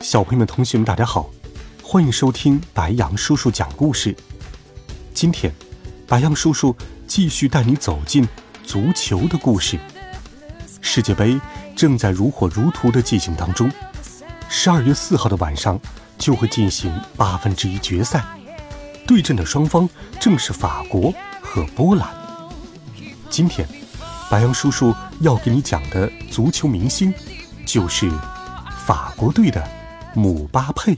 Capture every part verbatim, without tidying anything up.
小朋友们同学们大家好，欢迎收听白羊叔叔讲故事。今天白羊叔叔继续带你走进足球的故事。世界杯正在如火如荼的进行当中，十二月四号的晚上就会进行八分之一决赛，对阵的双方正是法国和波兰。今天白羊叔叔要给你讲的足球明星就是法国队的姆巴佩。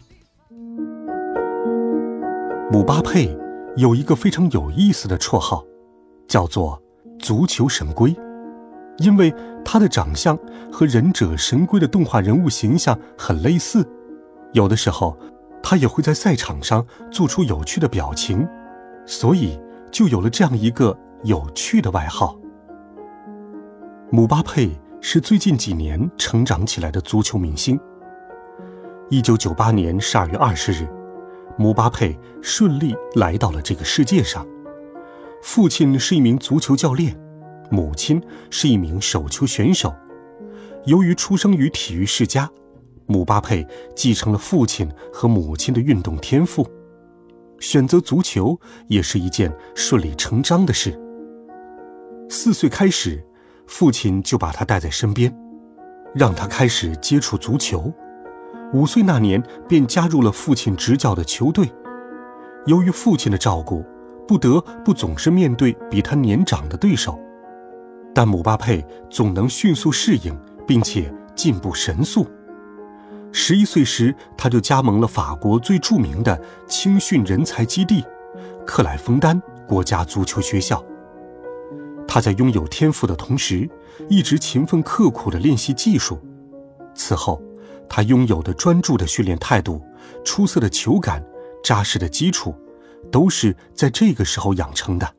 姆巴佩有一个非常有意思的绰号，叫做足球神龟，因为他的长相和忍者神龟的动画人物形象很类似，有的时候他也会在赛场上做出有趣的表情，所以就有了这样一个有趣的外号。姆巴佩是最近几年成长起来的足球明星。一九九八年十二月二十日，姆巴佩顺利来到了这个世界上。父亲是一名足球教练，母亲是一名手球选手。由于出生于体育世家，姆巴佩继承了父亲和母亲的运动天赋，选择足球也是一件顺理成章的事。四岁开始，父亲就把他带在身边，让他开始接触足球。五岁那年便加入了父亲执教的球队。由于父亲的照顾，不得不总是面对比他年长的对手，但姆巴佩总能迅速适应，并且进步神速。十一岁时，他就加盟了法国最著名的青训人才基地克莱枫丹国家足球学校。他在拥有天赋的同时，一直勤奋刻苦地练习技术。此后他拥有的专注的训练态度、出色的球感、扎实的基础，都是在这个时候养成的。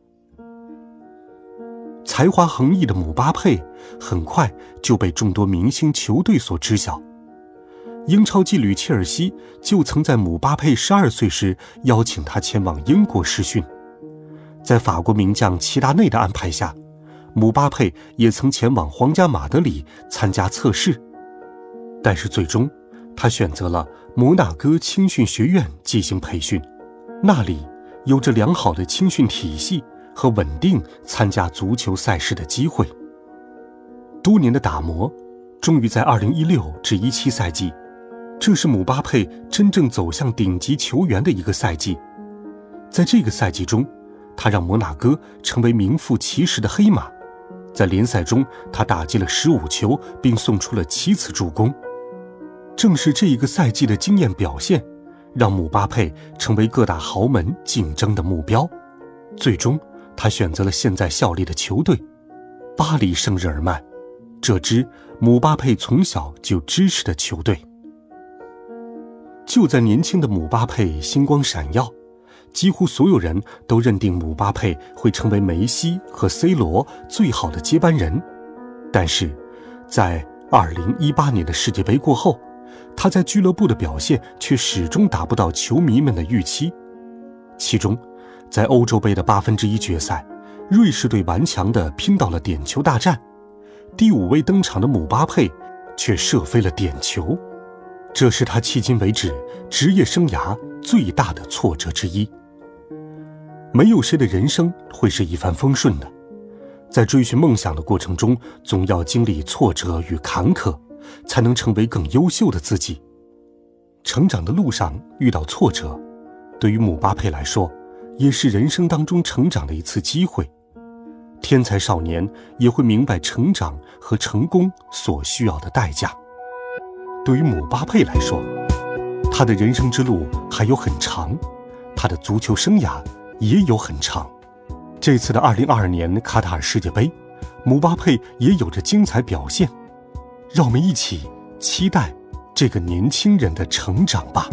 才华横溢的姆巴佩很快就被众多明星球队所知晓。英超劲旅切尔西就曾在姆巴佩十二岁时邀请他前往英国试训。在法国名将齐达内的安排下，姆巴佩也曾前往皇家马德里参加测试。但是最终他选择了摩纳哥青训学院进行培训，那里有着良好的青训体系和稳定参加足球赛事的机会。多年的打磨终于在二零一六至一七赛季，这是姆巴佩真正走向顶级球员的一个赛季。在这个赛季中，他让摩纳哥成为名副其实的黑马。在联赛中，他打进了十五球，并送出了七次助攻。正是这一个赛季的惊艳表现，让姆巴佩成为各大豪门竞争的目标。最终他选择了现在效力的球队巴黎圣日耳曼，这支姆巴佩从小就支持的球队。就在年轻的姆巴佩星光闪耀，几乎所有人都认定姆巴佩会成为梅西和 C 罗最好的接班人。但是在二零一八年的世界杯过后，他在俱乐部的表现却始终达不到球迷们的预期。其中在欧洲杯的八分之一决赛，瑞士队顽强地拼到了点球大战，第五位登场的姆巴佩却射飞了点球，这是他迄今为止职业生涯最大的挫折之一。没有谁的人生会是一帆风顺的，在追寻梦想的过程中，总要经历挫折与坎坷，才能成为更优秀的自己。成长的路上遇到挫折，对于姆巴佩来说，也是人生当中成长的一次机会。天才少年也会明白成长和成功所需要的代价。对于姆巴佩来说，他的人生之路还有很长，他的足球生涯也有很长。这次的二零二二年卡塔尔世界杯，姆巴佩也有着精彩表现。让我们一起期待这个年轻人的成长吧。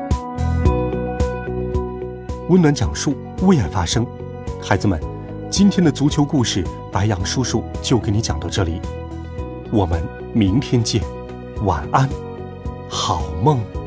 温暖讲述，为爱发声。孩子们，今天的足球故事，白羊叔叔就给你讲到这里。我们明天见，晚安，好梦。